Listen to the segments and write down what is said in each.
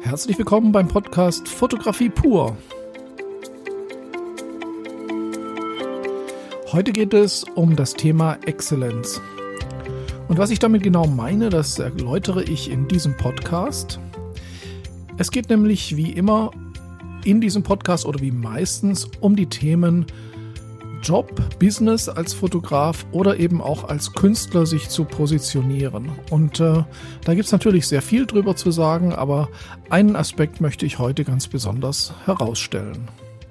Herzlich willkommen beim Podcast Fotografie pur. Heute geht es um das Thema Exzellenz. Und was ich damit genau meine, das erläutere ich in diesem Podcast. Es geht nämlich wie immer in diesem Podcast oder wie meistens um die Themen Job, Business als Fotograf oder eben auch als Künstler sich zu positionieren. Und da gibt es natürlich sehr viel drüber zu sagen, aber einen Aspekt möchte ich heute ganz besonders herausstellen.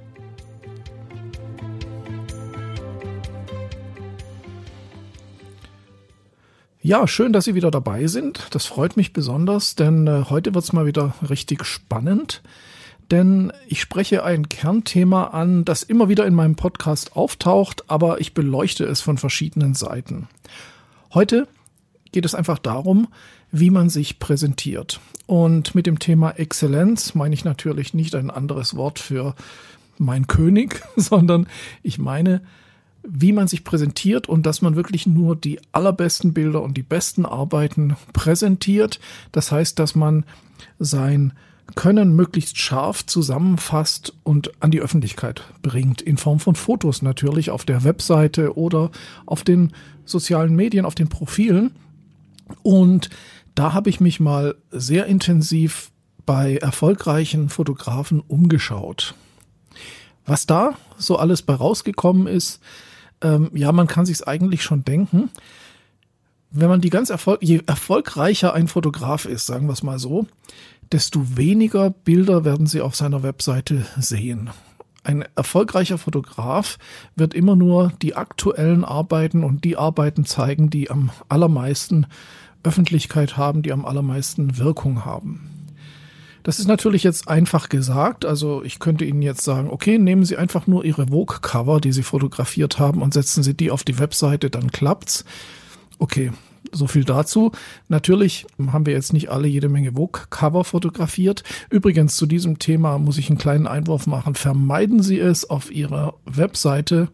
Ja, schön, dass Sie wieder dabei sind. Das freut mich besonders, denn heute wird es mal wieder richtig spannend. Denn ich spreche ein Kernthema an, das immer wieder in meinem Podcast auftaucht, aber ich beleuchte es von verschiedenen Seiten. Heute geht es einfach darum, wie man sich präsentiert. Und mit dem Thema Exzellenz meine ich natürlich nicht ein anderes Wort für mein König, sondern ich meine, wie man sich präsentiert und dass man wirklich nur die allerbesten Bilder und die besten Arbeiten präsentiert. Das heißt, dass man sein Können möglichst scharf zusammenfasst und an die Öffentlichkeit bringt, in Form von Fotos natürlich auf der Webseite oder auf den sozialen Medien, auf den Profilen. Und da habe ich mich mal sehr intensiv bei erfolgreichen Fotografen umgeschaut. Was da so alles bei rausgekommen ist, man kann sich's eigentlich schon denken. Wenn man je erfolgreicher ein Fotograf ist, sagen wir es mal so, desto weniger Bilder werden Sie auf seiner Webseite sehen. Ein erfolgreicher Fotograf wird immer nur die aktuellen Arbeiten und die Arbeiten zeigen, die am allermeisten Öffentlichkeit haben, die am allermeisten Wirkung haben. Das ist natürlich jetzt einfach gesagt, also ich könnte Ihnen jetzt sagen, okay, nehmen Sie einfach nur Ihre Vogue-Cover, die Sie fotografiert haben und setzen Sie die auf die Webseite, dann klappt's. Okay, so viel dazu. Natürlich haben wir jetzt nicht alle jede Menge Vogue-Cover fotografiert. Übrigens zu diesem Thema muss ich einen kleinen Einwurf machen. Vermeiden Sie es, auf Ihrer Webseite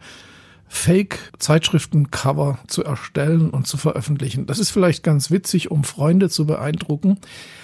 Fake-Zeitschriften-Cover zu erstellen und zu veröffentlichen. Das ist vielleicht ganz witzig, um Freunde zu beeindrucken,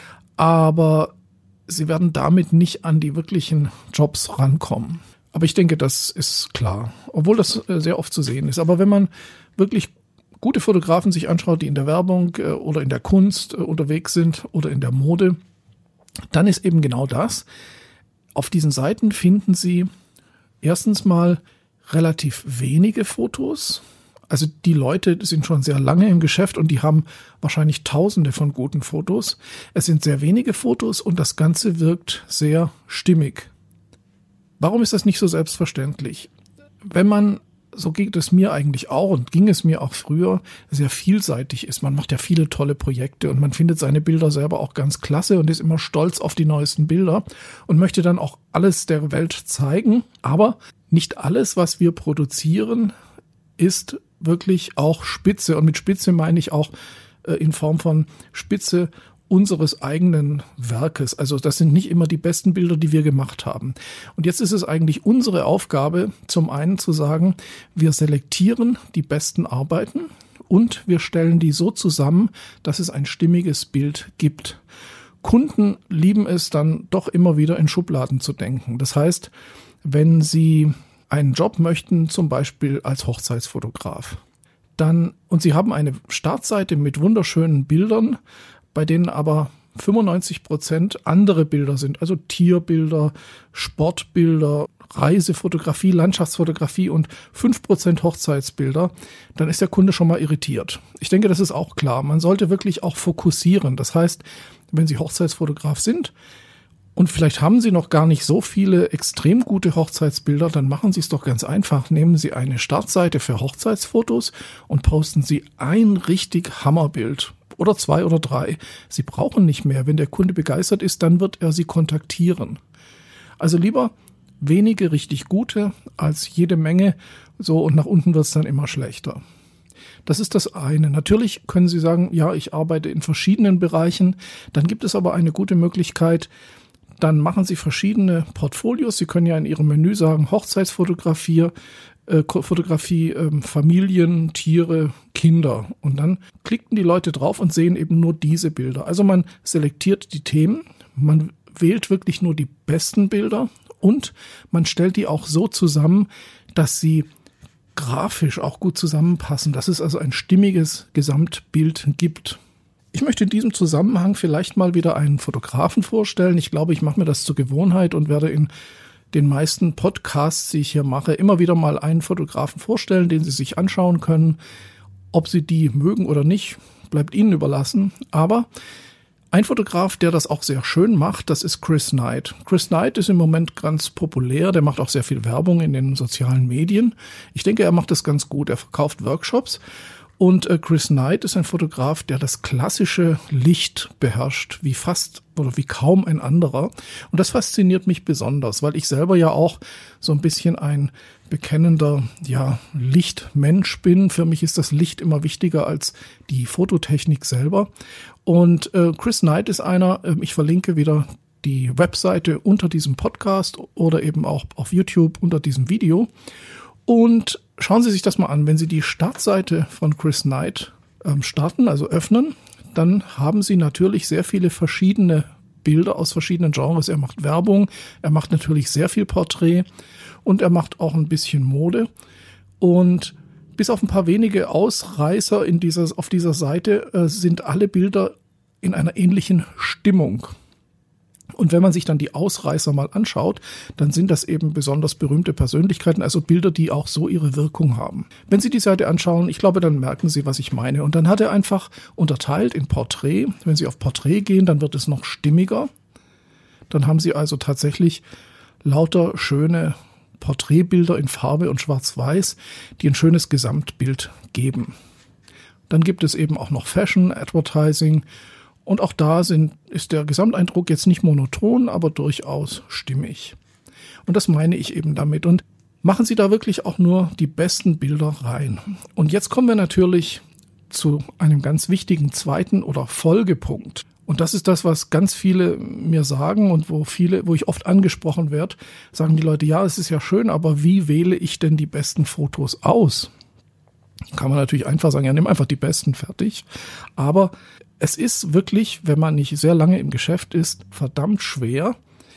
aber Sie werden damit nicht an die wirklichen Jobs rankommen. Aber ich denke, das ist klar, obwohl das sehr oft zu sehen ist. Aber wenn man wirklich gute Fotografen sich anschaut, die in der Werbung oder in der Kunst unterwegs sind oder in der Mode, dann ist eben genau das. Auf diesen Seiten finden Sie erstens mal relativ wenige Fotos. Also die Leute sind schon sehr lange im Geschäft und die haben wahrscheinlich Tausende von guten Fotos. Es sind sehr wenige Fotos und das Ganze wirkt sehr stimmig. Warum ist das nicht so selbstverständlich? Wenn man, so geht es mir eigentlich auch und ging es mir auch früher, sehr vielseitig ist. Man macht ja viele tolle Projekte und man findet seine Bilder selber auch ganz klasse und ist immer stolz auf die neuesten Bilder und möchte dann auch alles der Welt zeigen. Aber nicht alles, was wir produzieren, ist wirklich auch Spitze. Und mit Spitze meine ich auch in Form von Spitze unseres eigenen Werkes. Also das sind nicht immer die besten Bilder, die wir gemacht haben. Und jetzt ist es eigentlich unsere Aufgabe, zum einen zu sagen, wir selektieren die besten Arbeiten und wir stellen die so zusammen, dass es ein stimmiges Bild gibt. Kunden lieben es dann doch immer wieder in Schubladen zu denken. Das heißt, wenn Sie einen Job möchten, zum Beispiel als Hochzeitsfotograf, und Sie haben eine Startseite mit wunderschönen Bildern, bei denen aber 95% andere Bilder sind, also Tierbilder, Sportbilder, Reisefotografie, Landschaftsfotografie und 5% Hochzeitsbilder, dann ist der Kunde schon mal irritiert. Ich denke, das ist auch klar. Man sollte wirklich auch fokussieren. Das heißt, wenn Sie Hochzeitsfotograf sind und vielleicht haben Sie noch gar nicht so viele extrem gute Hochzeitsbilder, dann machen Sie es doch ganz einfach. Nehmen Sie eine Startseite für Hochzeitsfotos und posten Sie ein richtig Hammerbild. Oder 2 oder 3. Sie brauchen nicht mehr. Wenn der Kunde begeistert ist, dann wird er Sie kontaktieren. Also lieber wenige richtig gute als jede Menge. So, und nach unten wird es dann immer schlechter. Das ist das eine. Natürlich können Sie sagen, ja, ich arbeite in verschiedenen Bereichen. Dann gibt es aber eine gute Möglichkeit. Dann machen Sie verschiedene Portfolios. Sie können ja in Ihrem Menü sagen, Hochzeitsfotografie, Familien, Tiere, Kinder. Und dann klicken die Leute drauf und sehen eben nur diese Bilder. Also man selektiert die Themen, man wählt wirklich nur die besten Bilder und man stellt die auch so zusammen, dass sie grafisch auch gut zusammenpassen, dass es also ein stimmiges Gesamtbild gibt. Ich möchte in diesem Zusammenhang vielleicht mal wieder einen Fotografen vorstellen. Ich glaube, ich mache mir das zur Gewohnheit und werde in den meisten Podcasts, die ich hier mache, immer wieder mal einen Fotografen vorstellen, den Sie sich anschauen können. Ob Sie die mögen oder nicht, bleibt Ihnen überlassen. Aber ein Fotograf, der das auch sehr schön macht, das ist Chris Knight. Chris Knight ist im Moment ganz populär, der macht auch sehr viel Werbung in den sozialen Medien. Ich denke, er macht das ganz gut, er verkauft Workshops. Und Chris Knight ist ein Fotograf, der das klassische Licht beherrscht, wie fast oder wie kaum ein anderer. Und das fasziniert mich besonders, weil ich selber ja auch so ein bisschen ein bekennender Lichtmensch bin. Für mich ist das Licht immer wichtiger als die Fototechnik selber. Und Chris Knight ist einer, ich verlinke wieder die Webseite unter diesem Podcast oder eben auch auf YouTube unter diesem Video. Und schauen Sie sich das mal an. Wenn Sie die Startseite von Chris Knight starten, also öffnen, dann haben Sie natürlich sehr viele verschiedene Bilder aus verschiedenen Genres. Er macht Werbung, er macht natürlich sehr viel Porträt und er macht auch ein bisschen Mode. Und bis auf ein paar wenige Ausreißer auf dieser Seite sind alle Bilder in einer ähnlichen Stimmung. Und wenn man sich dann die Ausreißer mal anschaut, dann sind das eben besonders berühmte Persönlichkeiten, also Bilder, die auch so ihre Wirkung haben. Wenn Sie die Seite anschauen, ich glaube, dann merken Sie, was ich meine. Und dann hat er einfach unterteilt in Porträt. Wenn Sie auf Porträt gehen, dann wird es noch stimmiger. Dann haben Sie also tatsächlich lauter schöne Porträtbilder in Farbe und Schwarz-Weiß, die ein schönes Gesamtbild geben. Dann gibt es eben auch noch Fashion, Advertising. Und auch da ist der Gesamteindruck jetzt nicht monoton, aber durchaus stimmig. Und das meine ich eben damit. Und machen Sie da wirklich auch nur die besten Bilder rein. Und jetzt kommen wir natürlich zu einem ganz wichtigen zweiten oder Folgepunkt. Und das ist das, was ganz viele mir sagen und wo ich oft angesprochen werde, sagen die Leute, ja, es ist ja schön, aber wie wähle ich denn die besten Fotos aus? Kann man natürlich einfach sagen, ja, nimm einfach die besten, fertig. Aber es ist wirklich, wenn man nicht sehr lange im Geschäft ist, verdammt schwer,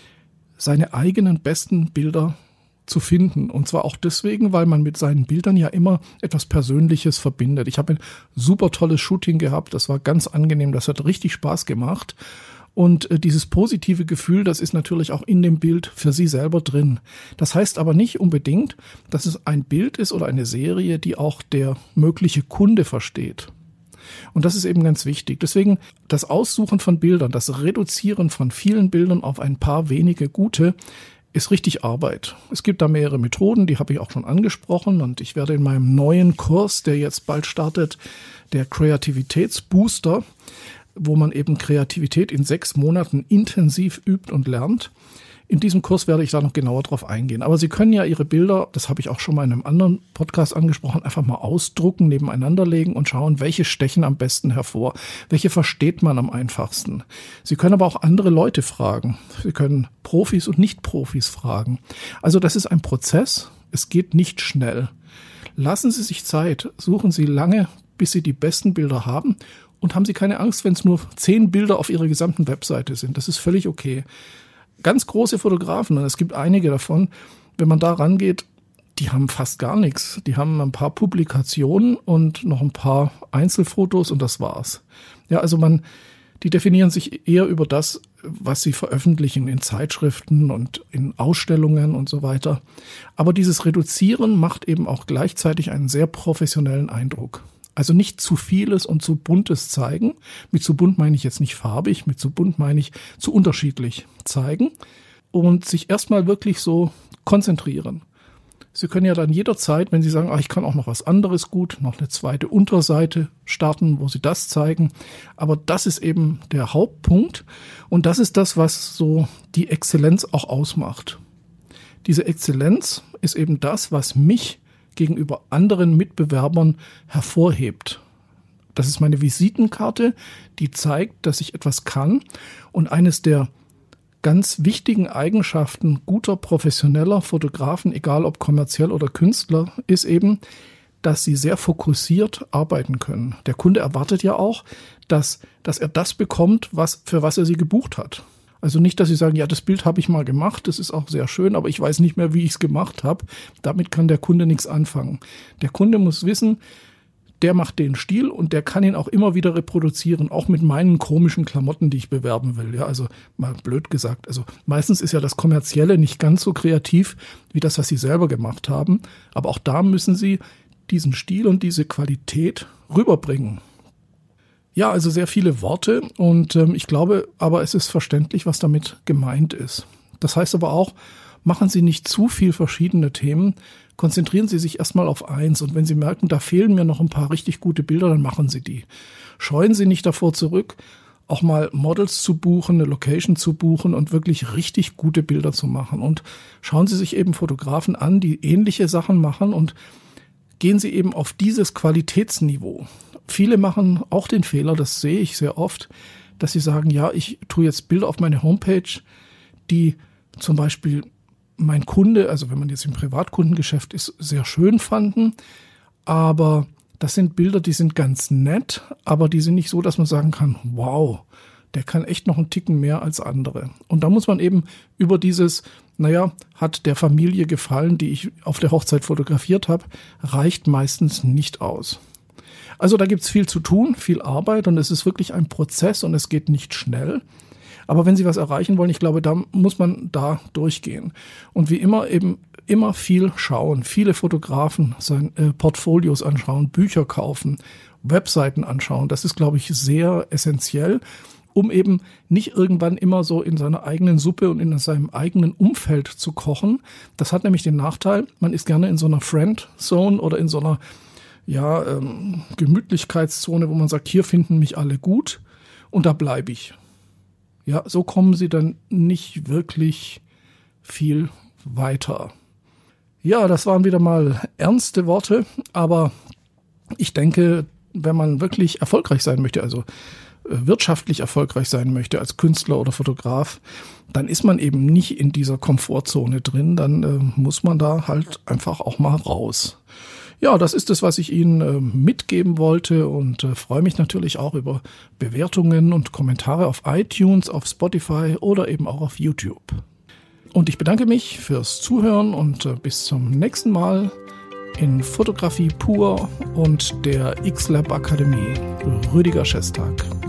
seine eigenen besten Bilder zu finden. Und zwar auch deswegen, weil man mit seinen Bildern ja immer etwas Persönliches verbindet. Ich habe ein super tolles Shooting gehabt, das war ganz angenehm, das hat richtig Spaß gemacht. Und dieses positive Gefühl, das ist natürlich auch in dem Bild für Sie selber drin. Das heißt aber nicht unbedingt, dass es ein Bild ist oder eine Serie, die auch der mögliche Kunde versteht. Und das ist eben ganz wichtig. Deswegen das Aussuchen von Bildern, das Reduzieren von vielen Bildern auf ein paar wenige gute, ist richtig Arbeit. Es gibt da mehrere Methoden, die habe ich auch schon angesprochen und ich werde in meinem neuen Kurs, der jetzt bald startet, der Kreativitätsbooster, wo man eben Kreativität in 6 Monaten intensiv übt und lernt. In diesem Kurs werde ich da noch genauer drauf eingehen. Aber Sie können ja Ihre Bilder, das habe ich auch schon mal in einem anderen Podcast angesprochen, einfach mal ausdrucken, nebeneinander legen und schauen, welche stechen am besten hervor, welche versteht man am einfachsten. Sie können aber auch andere Leute fragen. Sie können Profis und Nicht-Profis fragen. Also das ist ein Prozess, es geht nicht schnell. Lassen Sie sich Zeit, suchen Sie lange, bis Sie die besten Bilder haben und haben Sie keine Angst, wenn es nur 10 Bilder auf Ihrer gesamten Webseite sind. Das ist völlig okay. Ganz große Fotografen, und es gibt einige davon, wenn man da rangeht, die haben fast gar nichts. Die haben ein paar Publikationen und noch ein paar Einzelfotos und das war's. Ja, also die definieren sich eher über das, was sie veröffentlichen in Zeitschriften und in Ausstellungen und so weiter. Aber dieses Reduzieren macht eben auch gleichzeitig einen sehr professionellen Eindruck. Also nicht zu vieles und zu buntes zeigen. Mit zu bunt meine ich jetzt nicht farbig, mit zu bunt meine ich zu unterschiedlich zeigen und sich erstmal wirklich so konzentrieren. Sie können ja dann jederzeit, wenn Sie sagen, ich kann auch noch was anderes gut, noch eine zweite Unterseite starten, wo Sie das zeigen. Aber das ist eben der Hauptpunkt und das ist das, was so die Exzellenz auch ausmacht. Diese Exzellenz ist eben das, was mich gegenüber anderen Mitbewerbern hervorhebt. Das ist meine Visitenkarte, die zeigt, dass ich etwas kann. Und eines der ganz wichtigen Eigenschaften guter, professioneller Fotografen, egal ob kommerziell oder Künstler, ist eben, dass sie sehr fokussiert arbeiten können. Der Kunde erwartet ja auch, dass er das bekommt, für was er sie gebucht hat. Also nicht, dass Sie sagen, ja, das Bild habe ich mal gemacht, das ist auch sehr schön, aber ich weiß nicht mehr, wie ich es gemacht habe. Damit kann der Kunde nichts anfangen. Der Kunde muss wissen, der macht den Stil und der kann ihn auch immer wieder reproduzieren, auch mit meinen komischen Klamotten, die ich bewerben will. Ja, also mal blöd gesagt. Also meistens ist ja das Kommerzielle nicht ganz so kreativ wie das, was Sie selber gemacht haben. Aber auch da müssen Sie diesen Stil und diese Qualität rüberbringen. Ja, also sehr viele Worte und ich glaube, aber es ist verständlich, was damit gemeint ist. Das heißt aber auch, machen Sie nicht zu viel verschiedene Themen, konzentrieren Sie sich erstmal auf eins und wenn Sie merken, da fehlen mir noch ein paar richtig gute Bilder, dann machen Sie die. Scheuen Sie nicht davor zurück, auch mal Models zu buchen, eine Location zu buchen und wirklich richtig gute Bilder zu machen. Und schauen Sie sich eben Fotografen an, die ähnliche Sachen machen und gehen Sie eben auf dieses Qualitätsniveau. Viele machen auch den Fehler, das sehe ich sehr oft, dass sie sagen, ja, ich tue jetzt Bilder auf meine Homepage, die zum Beispiel mein Kunde, also wenn man jetzt im Privatkundengeschäft ist, sehr schön fanden, aber das sind Bilder, die sind ganz nett, aber die sind nicht so, dass man sagen kann, wow, der kann echt noch einen Ticken mehr als andere. Und da muss man eben über dieses, hat der Familie gefallen, die ich auf der Hochzeit fotografiert habe, reicht meistens nicht aus. Also da gibt's viel zu tun, viel Arbeit und es ist wirklich ein Prozess und es geht nicht schnell. Aber wenn Sie was erreichen wollen, ich glaube, da muss man da durchgehen. Und wie immer eben immer viel schauen, viele Fotografen sein Portfolios anschauen, Bücher kaufen, Webseiten anschauen. Das ist, glaube ich, sehr essentiell, um eben nicht irgendwann immer so in seiner eigenen Suppe und in seinem eigenen Umfeld zu kochen. Das hat nämlich den Nachteil, man ist gerne in so einer Friend-Zone oder in so einer Gemütlichkeitszone, wo man sagt, hier finden mich alle gut und da bleibe ich. Ja, so kommen Sie dann nicht wirklich viel weiter. Ja, das waren wieder mal ernste Worte, aber ich denke, wenn man wirklich erfolgreich sein möchte, also wirtschaftlich erfolgreich sein möchte als Künstler oder Fotograf, dann ist man eben nicht in dieser Komfortzone drin, dann muss man da halt einfach auch mal raus. Ja, das ist es, was ich Ihnen mitgeben wollte und freue mich natürlich auch über Bewertungen und Kommentare auf iTunes, auf Spotify oder eben auch auf YouTube. Und ich bedanke mich fürs Zuhören und bis zum nächsten Mal in Fotografie pur und der X-Lab Akademie. Rüdiger Schestag.